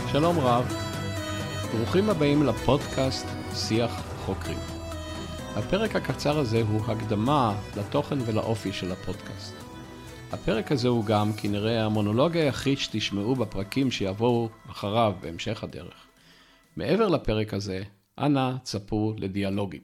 שלום רב, ברוכים הבאים לפודקאסט שיח חוקרים. הפרק הקצר הזה הוא הקדמה לתוכן ולאופי של הפודקאסט. הפרק הזה הוא גם כנראה המונולוג היחיד שתשמעו בפרקים שיבואו אחריו בהמשך הדרך. מעבר לפרק הזה, אנא צפו לדיאלוגים.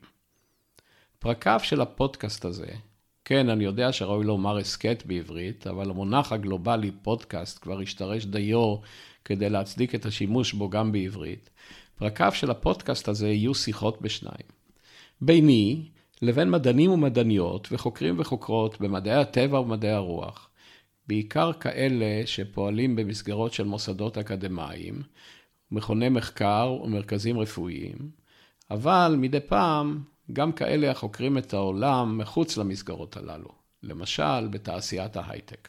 פרקיו של הפודקאסט הזה, כן, אני יודע שראוי לומר הסקט בעברית, אבל המונח הגלובלי פודקאסט כבר השתרש דיו כדי להצדיק את השימוש בו גם בעברית. פרקיו של הפודקאסט הזה יהיו שיחות בשניים. ביני לבין מדענים ומדעניות וחוקרים וחוקרות במדעי הטבע ומדעי הרוח, בעיקר כאלה שפועלים במסגרות של מוסדות אקדמיים, מכוני מחקר ומרכזים רפואיים, אבל מדי פעם גם כאלה החוקרים את העולם מחוץ למסגרות הללו, למשל בתעשיית ההייטק.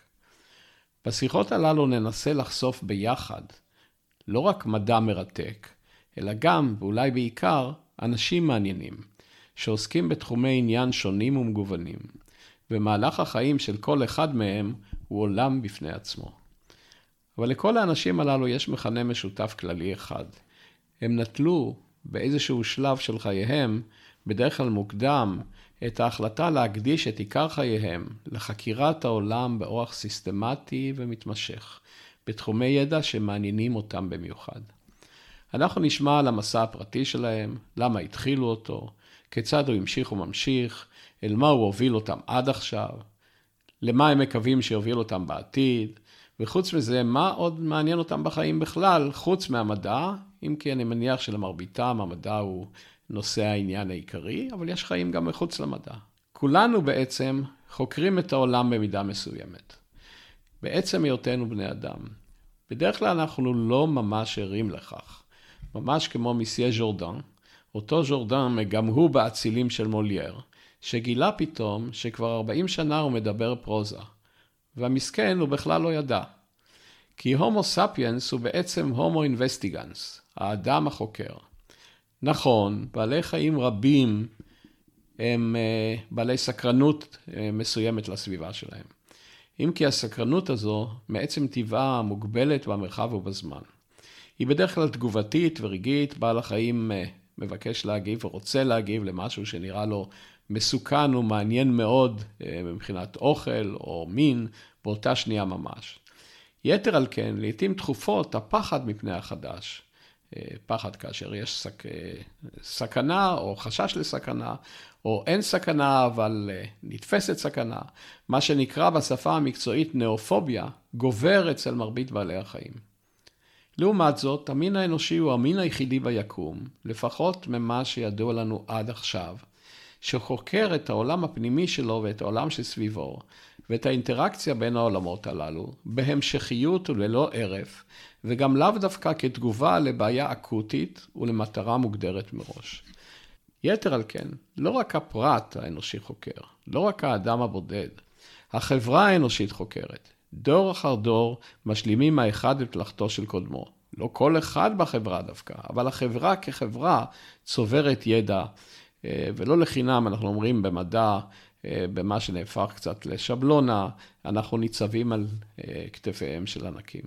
בשיחות הללו ננסה לחשוף ביחד לא רק מדע מרתק, אלא גם, ואולי בעיקר, אנשים מעניינים, שעוסקים בתחומי עניין שונים ומגוונים, ומהלך החיים של כל אחד מהם הוא עולם בפני עצמו. אבל לכל האנשים הללו יש מכנה משותף כללי אחד. הם נטלו באיזשהו שלב של חייהם, בדרך כלל מוקדם, את ההחלטה להקדיש את עיקר חייהם לחקירת העולם באורח סיסטמטי ומתמשך, בתחומי ידע שמעניינים אותם במיוחד. אנחנו נשמע על המסע הפרטי שלהם, למה התחילו אותו, כיצד הוא המשיך וממשיך, אל מה הוא הוביל אותם עד עכשיו, למה הם מקווים שיוביל אותם בעתיד, וחוץ מזה, מה עוד מעניין אותם בחיים בכלל, חוץ מהמדע, אם כי אני מניח שלמרביתם המדע הוא נושא העניין העיקרי, אבל יש חיים גם מחוץ למדע. כולנו בעצם חוקרים את העולם במידה מסוימת. בעצם היותנו בני אדם. בדרך כלל אנחנו לא ממש ערים לכך. ממש כמו מסיה ז'ורדן, אותו ז'ורדן גם הוא באצילים של מולייר, שגילה פתאום שכבר 40 שנה הוא מדבר פרוזה. והמסכן הוא בכלל לא ידע. כי הומו ספיאנס הוא בעצם הומו אינבסטיגנס, האדם החוקר. נכון, בעלי חיים רבים הם בעלי סקרנות מסוימת לסביבה שלהם. אם כי הסקרנות הזו מעצם טבעה מוגבלת במרחב ובזמן. היא בדרך כלל תגובתית ורגעית, בעל החיים מבקש להגיב ורוצה להגיב למשהו שנראה לו מסוכן ומעניין מאוד מבחינת אוכל או מין באותה שנייה ממש. יתר על כן, לעתים תכופות הפחד מפני החדש, פחד כאשר יש סכנה או חשש לסכנה, או אין סכנה אבל נתפסת סכנה, מה שנקרא בשפה המקצועית נאופוביה, גובר אצל מרבית בעלי החיים. לעומת זאת, המין האנושי הוא המין היחידי ביקום, לפחות ממה שידוע לנו עד עכשיו, שחוקר את העולם הפנימי שלו ואת העולם שסביבו, ואת האינטראקציה בין העולמות הללו, בהמשכיות וללא ערף, וגם לאו דווקא כתגובה לבעיה אקוטית ולמטרה מוגדרת מראש. יתר על כן, לא רק הפרט האנושי חוקר, לא רק האדם הבודד, החברה האנושית חוקרת. דור אחר דור משלימים האחד את מלאכתו של קודמו. לא כל אחד בחברה דווקא, אבל החברה כחברה צוברת ידע, ולא לחינם אנחנו אומרים במדע, במה שנהפך קצת לשבלונה, אנחנו ניצבים על כתפיהם של ענקים.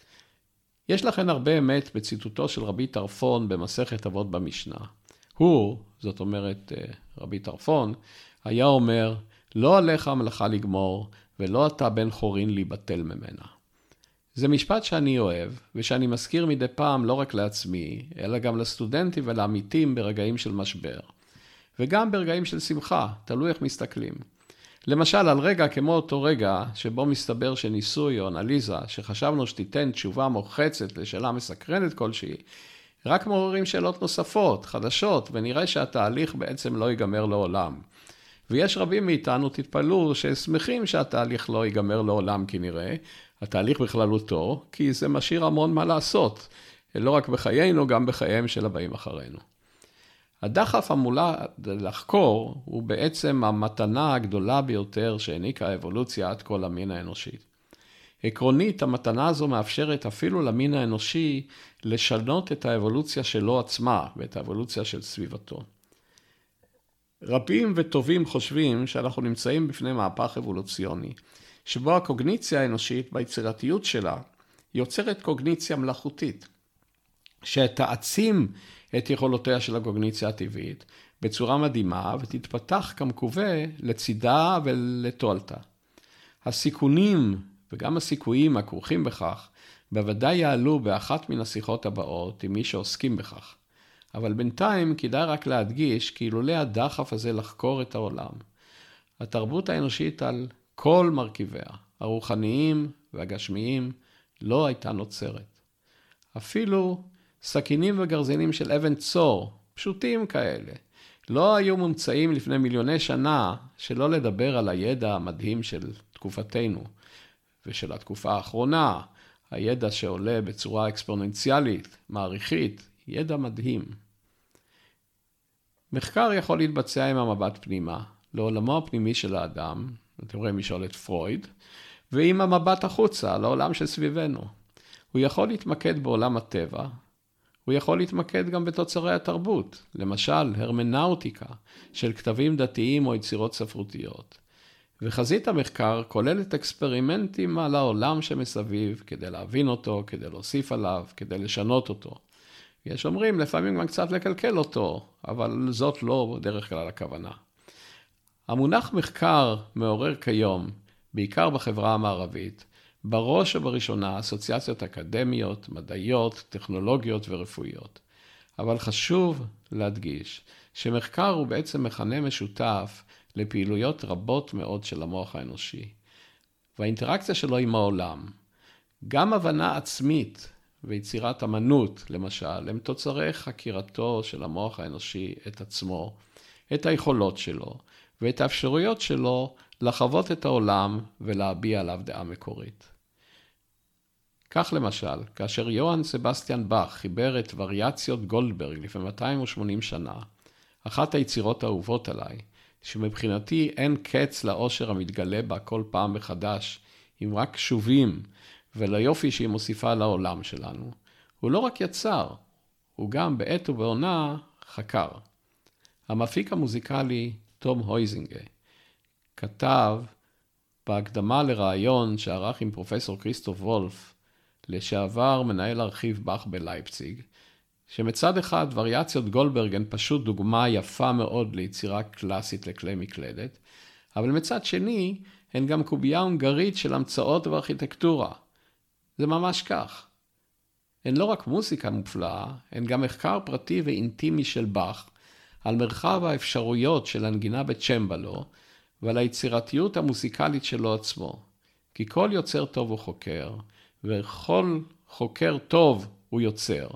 יש לכן הרבה אמת בציטוטו של רבי טרפון במסכת אבות במשנה. הוא, זאת אומרת רבי טרפון, היה אומר, לא עליך המלאכה לגמור, ולא אתה בן חורין להיבטל ממנה. זה משפט שאני אוהב, ושאני מזכיר מדי פעם לא רק לעצמי, אלא גם לסטודנטים ולעמיתים ברגעים של משבר. וגם ברגעים של שמחה, תלוי איך מסתכלים. למשל, על רגע כמו אותו רגע, שבו מסתבר שניסוי או אנליזה, שחשבנו שתיתן תשובה מוחצת לשאלה מסקרנת כלשהי, רק מעוררים שאלות נוספות, חדשות, ונראה שהתהליך בעצם לא ייגמר לעולם. ויש רבים מאיתנו, תתפלאו, ששמחים שהתהליך לא ייגמר לעולם כנראה, התהליך בכללותו, כי זה משאיר המון מה לעשות, לא רק בחיינו, גם בחייהם של הבאים אחרינו. הדחף המולד לחקור הוא בעצם המתנה הגדולה ביותר שהעניקה האבולוציה עד כל המין האנושי. עקרונית, המתנה הזו מאפשרת אפילו למין האנושי לשנות את האבולוציה שלו עצמה ואת האבולוציה של סביבתו. רבים וטובים חושבים שאנחנו נמצאים בפני מהפך אבולוציוני, שבו הקוגניציה האנושית ביצירתיות שלה יוצרת קוגניציה מלאכותית. שתעצים את יכולותיה של הקוגניציה הטבעית בצורה מדהימה ותתפתח כמקווה לצידה ולתועלתה. הסיכונים וגם הסיכויים הכרוכים בכך בוודאי יעלו באחת מן השיחות הבאות עם מי שעוסקים בכך. אבל בינתיים כדאי רק להדגיש כי אילולא הדחף הזה לחקור את העולם, התרבות האנושית על כל מרכיביה, הרוחניים והגשמיים, לא הייתה נוצרת. אפילו סכינים וגרזינים של אבן צור, פשוטים כאלה, לא היו מומצאים לפני מיליוני שנה, שלא לדבר על הידע המדהים של תקופתנו ושל התקופה האחרונה, הידע שעולה בצורה אקספוננציאלית, מעריכית, ידע מדהים. מחקר יכול להתבצע עם המבט פנימה, לעולמו הפנימי של האדם, אתם רואים מי שואל את פרויד, ועם המבט החוצה, לעולם שסביבנו. הוא יכול להתמקד בעולם הטבע, הוא יכול להתמקד גם בתוצרי התרבות, למשל הרמנאוטיקה של כתבים דתיים או יצירות ספרותיות. וחזית המחקר כוללת אקספרימנטים על העולם שמסביב, כדי להבין אותו, כדי להוסיף עליו, כדי לשנות אותו. יש אומרים לפעמים גם קצת לקלקל אותו, אבל זאת לא דרך כלל הכוונה. המונח מחקר מעורר כיום, בעיקר בחברה המערבית, בראש ובראשונה אסוציאציות אקדמיות, מדעיות, טכנולוגיות ורפואיות. אבל חשוב להדגיש שמחקר הוא בעצם מכנה משותף לפעילויות רבות מאוד של המוח האנושי. והאינטראקציה שלו עם העולם, גם הבנה עצמית ויצירת אמנות, למשל, הם תוצרי חקירתו של המוח האנושי את עצמו, את היכולות שלו ואת האפשרויות שלו לחוות את העולם ולהביע עליו דעה מקורית. כך למשל, כאשר יוהאן סבסטיאן באך חיבר את וריאציות גולדברג לפני 280 שנה, אחת היצירות האהובות עליי, שמבחינתי אין קץ לאושר המתגלה בה כל פעם מחדש, אם רק קשובים וליופי שהיא מוסיפה לעולם שלנו, הוא לא רק יצר, הוא גם בעת ובעונה חקר. המפיק המוזיקלי תום הויזינגה כתב בהקדמה לרעיון שערך עם פרופסור כריסטוף וולף, לשעבר מנהל ארכיב באך בלייפציג, שמצד אחד וריאציות גולדברג הן פשוט דוגמה יפה מאוד ליצירה קלאסית לכלי מקלדת, אבל מצד שני הן גם קובייה הונגרית של המצאות וארכיטקטורה. זה ממש כך. הן לא רק מוזיקה מופלאה, הן גם מחקר פרטי ואינטימי של באך, על מרחב האפשרויות של הנגינה בצ'מבלו, ועל היצירתיות המוזיקלית שלו עצמו. כי כל יוצר טוב הוא חוקר, וכל חוקר טוב הוא יוצר.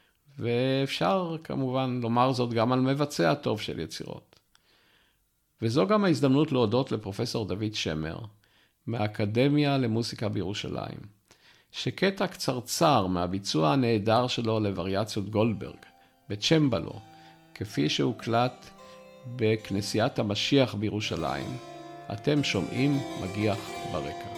ואפשר כמובן לומר זאת גם על מבצע טוב של יצירות. וזו גם ההזדמנות להודות לפרופסור דוד שמר, מהאקדמיה למוסיקה בירושלים, שקטע קצרצר מהביצוע הנהדר שלו לווריאציות גולדברג, בצ'מבלו, כפי שהוקלט בכנסיית המשיח בירושלים, אתם שומעים מגיח ברקע.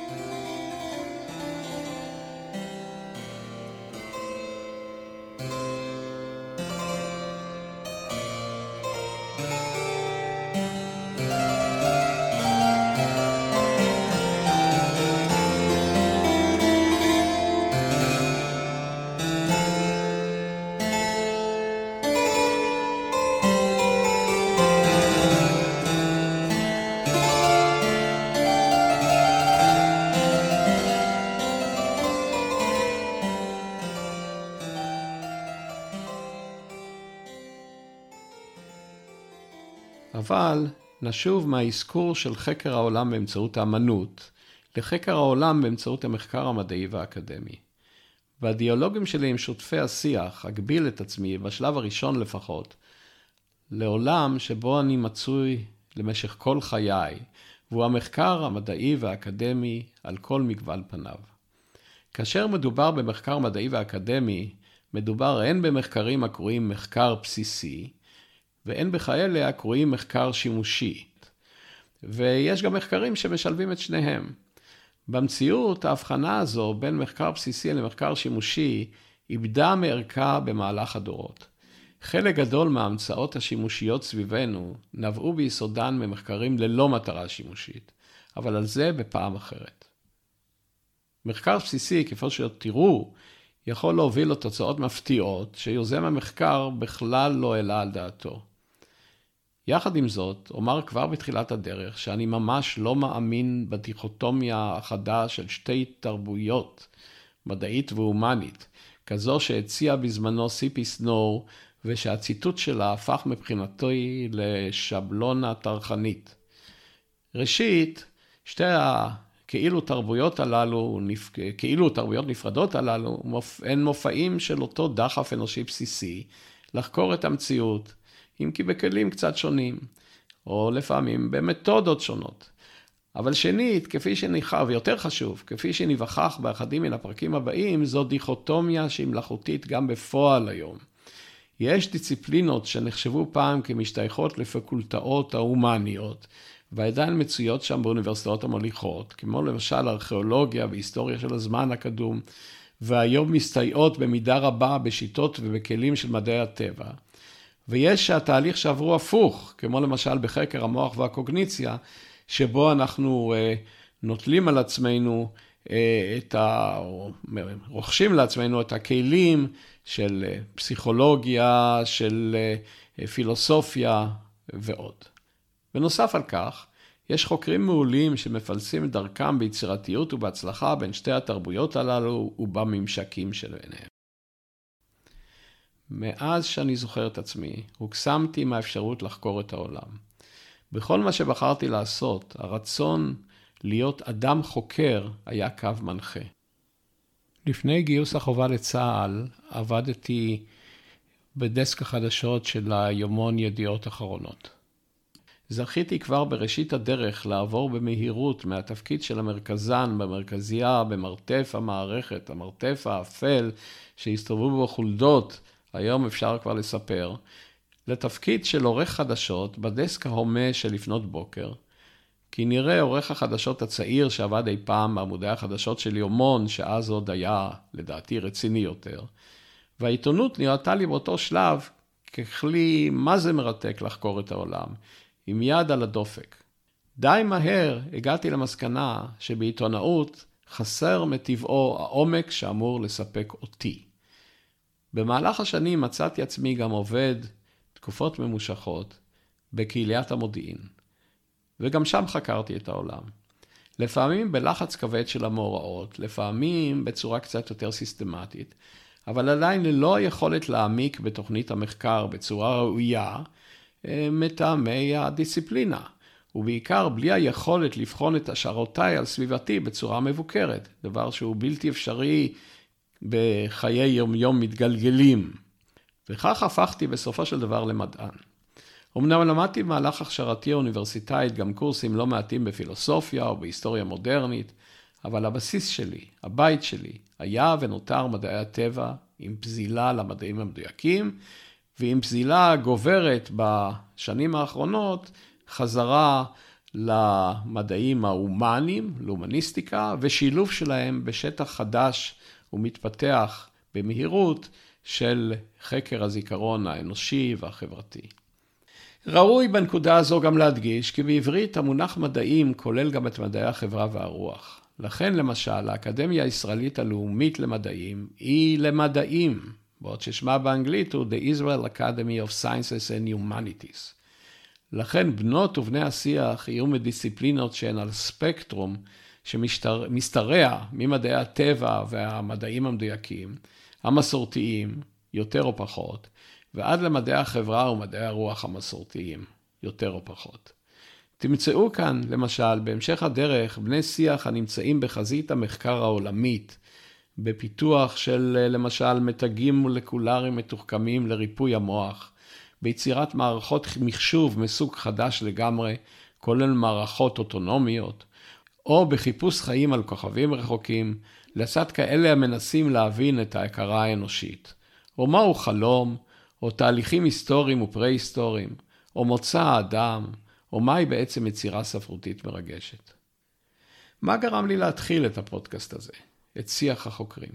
אבל נשוב מהאזכור של חקר העולם באמצעות האמנות, לחקר העולם באמצעות המחקר המדעי והאקדמי. והדיאלוגים שלי עם שותפי השיח אגביל את עצמי, בשלב הראשון לפחות, לעולם שבו אני מצוי למשך כל חיי, והוא המחקר המדעי והאקדמי על כל מגוון פניו. כאשר מדובר במחקר מדעי ואקדמי, מדובר הן במחקרים הקרויים מחקר בסיסי, ואין בכאלה הקרויים מחקר שימושי. ויש גם מחקרים שמשלבים את שניהם. במציאות, ההבחנה הזו בין מחקר בסיסי למחקר שימושי איבדה מערכה במהלך הדורות. חלק גדול מההמצאות השימושיות סביבנו נבעו ביסודן ממחקרים ללא מטרה שימושית, אבל על זה בפעם אחרת. מחקר בסיסי, כפי שתראו, יכול להוביל לתוצאות מפתיעות שיוזם המחקר בכלל לא העלה על דעתו. יחד עם זאת, אומר כבר בתחילת הדרך שאני ממש לא מאמין בדיכוטומיה החדה של שתי תרבויות, מדעית והומנית, כזו שהציע בזמנו סיפי סנור, ושהציטוט שלה הפך מבחינתי לשבלונה טרחנית. ראשית, שתי כאילו תרבויות נפרדות הללו, הן מופעים של אותו דחף אנושי בסיסי, לחקור את המציאות, אם כי בכלים קצת שונים, או לפעמים במתודות שונות. אבל שנית, ויותר חשוב, כפי שנבחח באחדים מן הפרקים הבאים, זו דיכוטומיה שהיא מלאכותית גם בפועל היום. יש דיסציפלינות שנחשבו פעם כמשתייכות לפקולטאות ההומניות, ועדיין מצויות שם באוניברסיטאות המוליכות, כמו למשל ארכיאולוגיה והיסטוריה של הזמן הקדום, והיום מסתייעות במידה רבה בשיטות ובכלים של מדעי הטבע. ויש שהתהליך שעברו הפוך, כמו למשל בחקר המוח והקוגניציה, שבו אנחנו נוטלים על עצמנו רוכשים לעצמנו את הכלים של פסיכולוגיה, של פילוסופיה ועוד. בנוסף על כך, יש חוקרים מעולים שמפלסים את דרכם ביצירתיות ובהצלחה בין שתי התרבויות הללו ובממשקים שלהם. מאז שאני זוכר את עצמי, הוקסמתי מהאפשרות לחקור את העולם. בכל מה שבחרתי לעשות, הרצון להיות אדם חוקר היה קו מנחה. לפני גיוס החובה לצה"ל, עבדתי בדסק החדשות של היומון ידיעות אחרונות. זכיתי כבר בראשית הדרך לעבור במהירות מהתפקיד של המרכזן במרכזייה, במרתף המערכת, המרתף האפל שהסתובבו בו חולדות, היום אפשר כבר לספר, לתפקיד של עורך חדשות בדסק ההומה של לפנות בוקר, כי נראה עורך החדשות הצעיר שעבד אי פעם בעמודי החדשות של יומון, שאז עוד היה לדעתי רציני יותר, והעיתונות נראתה לי באותו שלב ככלי מה זה מרתק לחקור את העולם, עם יד על הדופק. די מהר הגעתי למסקנה שבעיתונאות חסר מטבעו העומק שאמור לספק אותי. במהלך השנים מצאתי עצמי גם עובד תקופות ממושכות בקהיליית המודיעין, וגם שם חקרתי את העולם. לפעמים בלחץ כבד של המאורעות, לפעמים בצורה קצת יותר סיסטמטית, אבל עדיין ללא היכולת להעמיק בתוכנית המחקר בצורה ראויה, מטעמי הדיסציפלינה, ובעיקר בלי היכולת לבחון את השערותיי על סביבתי בצורה מבוקרת, דבר שהוא בלתי אפשרי בחיי יום-יום מתגלגלים. וכך הפכתי בסופו של דבר למדען. אמנם למדתי במהלך הכשרתי האוניברסיטאית גם קורסים לא מעטים בפילוסופיה או בהיסטוריה מודרנית, אבל הבסיס שלי, הבית שלי, היה ונותר מדעי הטבע עם פזילה למדעים המדויקים, ועם פזילה גוברת בשנים האחרונות חזרה למדעים ההומניים, להומניסטיקה, ושילוב שלהם בשטח חדש ומתפתח במהירות של חקר הזיכרון האנושי והחברתי. ראוי בנקודה הזו גם להדגיש כי בעברית המונח מדעים כולל גם את מדעי החברה והרוח. לכן למשל האקדמיה הישראלית הלאומית למדעים היא למדעים, בעוד ששמה באנגלית הוא The Israel Academy of Sciences and Humanities. לכן בנות ובני השיח יהיו מדיסציפלינות שהן על ספקטרום שמשתרע ממדעי הטבע והמדעים המדויקים, המסורתיים, יותר או פחות, ועד למדעי החברה ומדעי הרוח המסורתיים, יותר או פחות. תמצאו כאן, למשל, בהמשך הדרך, בני שיח הנמצאים בחזית המחקר העולמית, בפיתוח של, למשל, מתגים מולקולריים מתוחכמים לריפוי המוח, ביצירת מערכות מחשוב מסוג חדש לגמרי, כולל מערכות אוטונומיות, או בחיפוש חיים על כוכבים רחוקים, לצד כאלה המנסים להבין את ההכרה האנושית, או מהו חלום, או תהליכים היסטוריים ופרה-היסטוריים, או מוצא האדם, או מהי בעצם יצירה ספרותית מרגשת. מה גרם לי להתחיל את הפודקאסט הזה, את שיח החוקרים?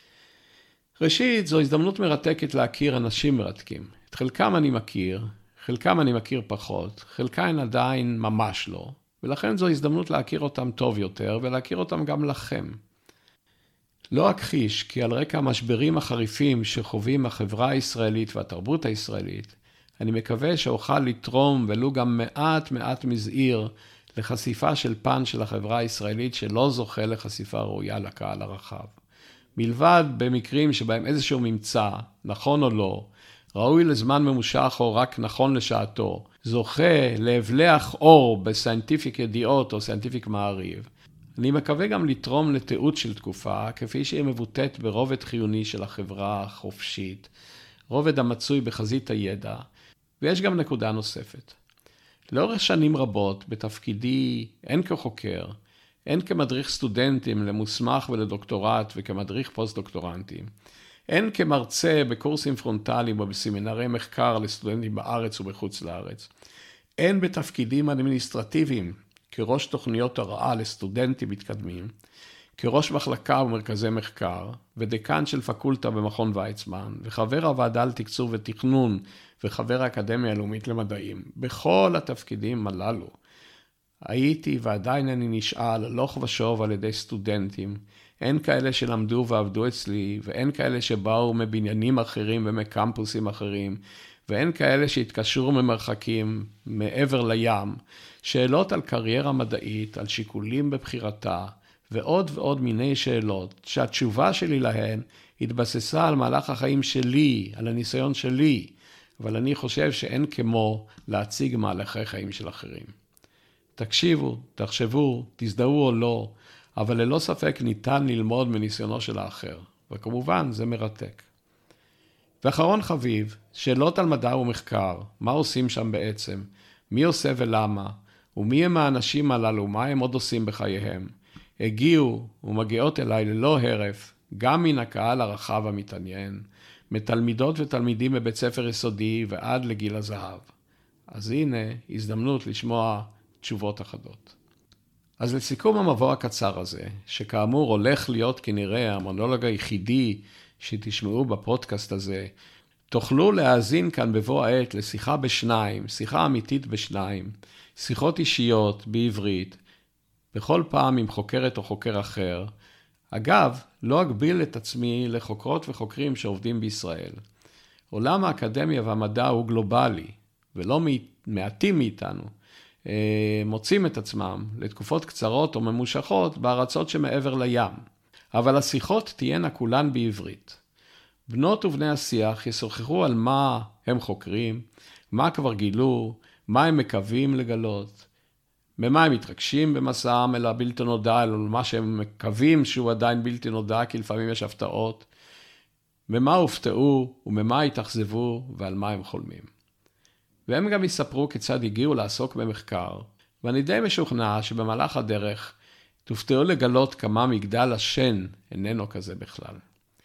ראשית, זו הזדמנות מרתקת להכיר אנשים מרתקים. את חלקם אני מכיר פחות, חלקם עדיין ממש לא, ולכן זו הזדמנות להכיר אותם טוב יותר, ולהכיר אותם גם לכם. לא אכחיש כי על רקע המשברים החריפים שחווים החברה הישראלית והתרבות הישראלית, אני מקווה שאוכל לתרום ולו גם מעט מזעיר לחשיפה של פן של החברה הישראלית שלא זוכה לחשיפה ראויה לקהל הרחב. מלבד במקרים שבהם איזשהו ממצא, נכון או לא, ראוי לזמן ממושך או רק נכון לשעתו, זוכה להבלח אור בסיינטיפיק ידיעות או סיינטיפיק מעריב. אני מקווה גם לתרום לתיעוד של תקופה, כפי שהיא מבוטאת ברובד חיוני של החברה החופשית, רובד המצוי בחזית הידע, ויש גם נקודה נוספת. לאורך שנים רבות, בתפקידי הן כחוקר, הן כמדריך סטודנטים למוסמך ולדוקטורט וכמדריך פוסט-דוקטורנטים, הן כמרצה בקורסים פרונטליים או בסמינרי מחקר לסטודנטים בארץ ובחוץ לארץ, הן בתפקידים אדמיניסטרטיביים, כראש תוכניות הוראה לסטודנטים מתקדמים, כראש מחלקה ומרכזי מחקר, ודיקן של פקולטה במכון ויצמן, וחבר הוועדה לתקצוב ותכנון, וחבר האקדמיה הלאומית למדעים. בכל התפקידים הללו הייתי ועדיין אני נשאל הלוך ושוב על ידי סטודנטים, אין כאלה שלמדו ועבדו אצלי, ואין כאלה שבאו מבניינים אחרים ומקמפוסים אחרים, ואין כאלה שהתקשרו ממרחקים מעבר לים, שאלות על קריירה מדעית, על שיקולים בבחירתה, ועוד מיני שאלות, שהתשובה שלי להן התבססה על מהלך החיים שלי, על הניסיון שלי, אבל אני חושב שאין כמו להציג מהלכי חיים של אחרים. תקשיבו, תחשבו, תזדהו או לא, אבל ללא ספק ניתן ללמוד מניסיונו של האחר, וכמובן זה מרתק. ואחרון חביב, שאלות על מדע ומחקר, מה עושים שם בעצם, מי עושה ולמה, ומי הם האנשים הללו, מה הם עוד עושים בחייהם, הגיעו ומגיעות אליי ללא הרף, גם מן הקהל הרחב המתעניין, מתלמידות ותלמידים בבית ספר יסודי ועד לגיל הזהב. אז הנה הזדמנות לשמוע תשובות אחדות. אז לסיכום המבוא הקצר הזה, שכאמור הולך להיות כנראה המונולוג היחידי שתשמעו בפודקאסט הזה, תוכלו להאזין כאן בבוא העת לשיחה בשניים, שיחה אמיתית בשניים, שיחות אישיות בעברית, בכל פעם עם חוקרת או חוקר אחר. אגב, לא אגביל את עצמי לחוקרות וחוקרים שעובדים בישראל. עולם האקדמיה והמדע הוא גלובלי, ולא מעטים מאיתנו מוצאים את עצמם לתקופות קצרות או ממושכות בארצות שמעבר לים. אבל השיחות תהיינה כולן בעברית. בנות ובני השיח ישוחחו על מה הם חוקרים, מה כבר גילו, מה הם מקווים לגלות, במה הם מתרגשים במסעם אל הבלתי נודע, אלא מה שהם מקווים שהוא עדיין בלתי נודע, כי לפעמים יש הפתעות, במה הופתעו וממה התאכזבו ועל מה הם חולמים. והם גם יספרו כיצד הגיעו לעסוק במחקר, ואני די משוכנע שבמהלך הדרך תופתעו לגלות כמה מגדל השן איננו כזה בכלל.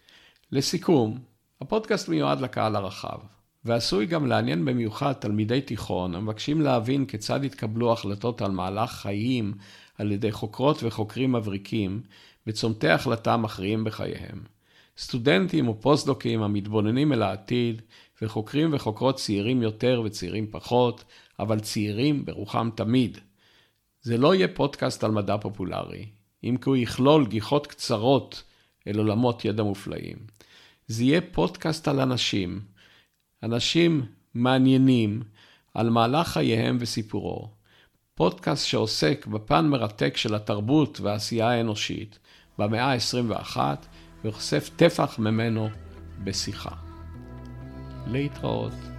לסיכום, הפודקאסט מיועד לקהל הרחב, ועשוי גם לעניין במיוחד תלמידי תיכון המבקשים להבין כיצד התקבלו החלטות על מהלך חיים על ידי חוקרות וחוקרים מבריקים בצומתי החלטה מכריעים בחייהם. סטודנטים ופוסט-דוקים המתבוננים אל העתיד וחוקרים וחוקרות צעירים יותר וצעירים פחות, אבל צעירים ברוחם תמיד. זה לא יהיה פודקאסט על מדע פופולרי, אם כי הוא יכלול גיחות קצרות אל עולמות ידע מופלאים. זה יהיה פודקאסט על אנשים מעניינים על מהלך חייהם וסיפורו. פודקאסט שעוסק בפן מרתק של התרבות והעשייה האנושית במאה ה-21 וחושף טפח ממנו בשיחה. להתראות.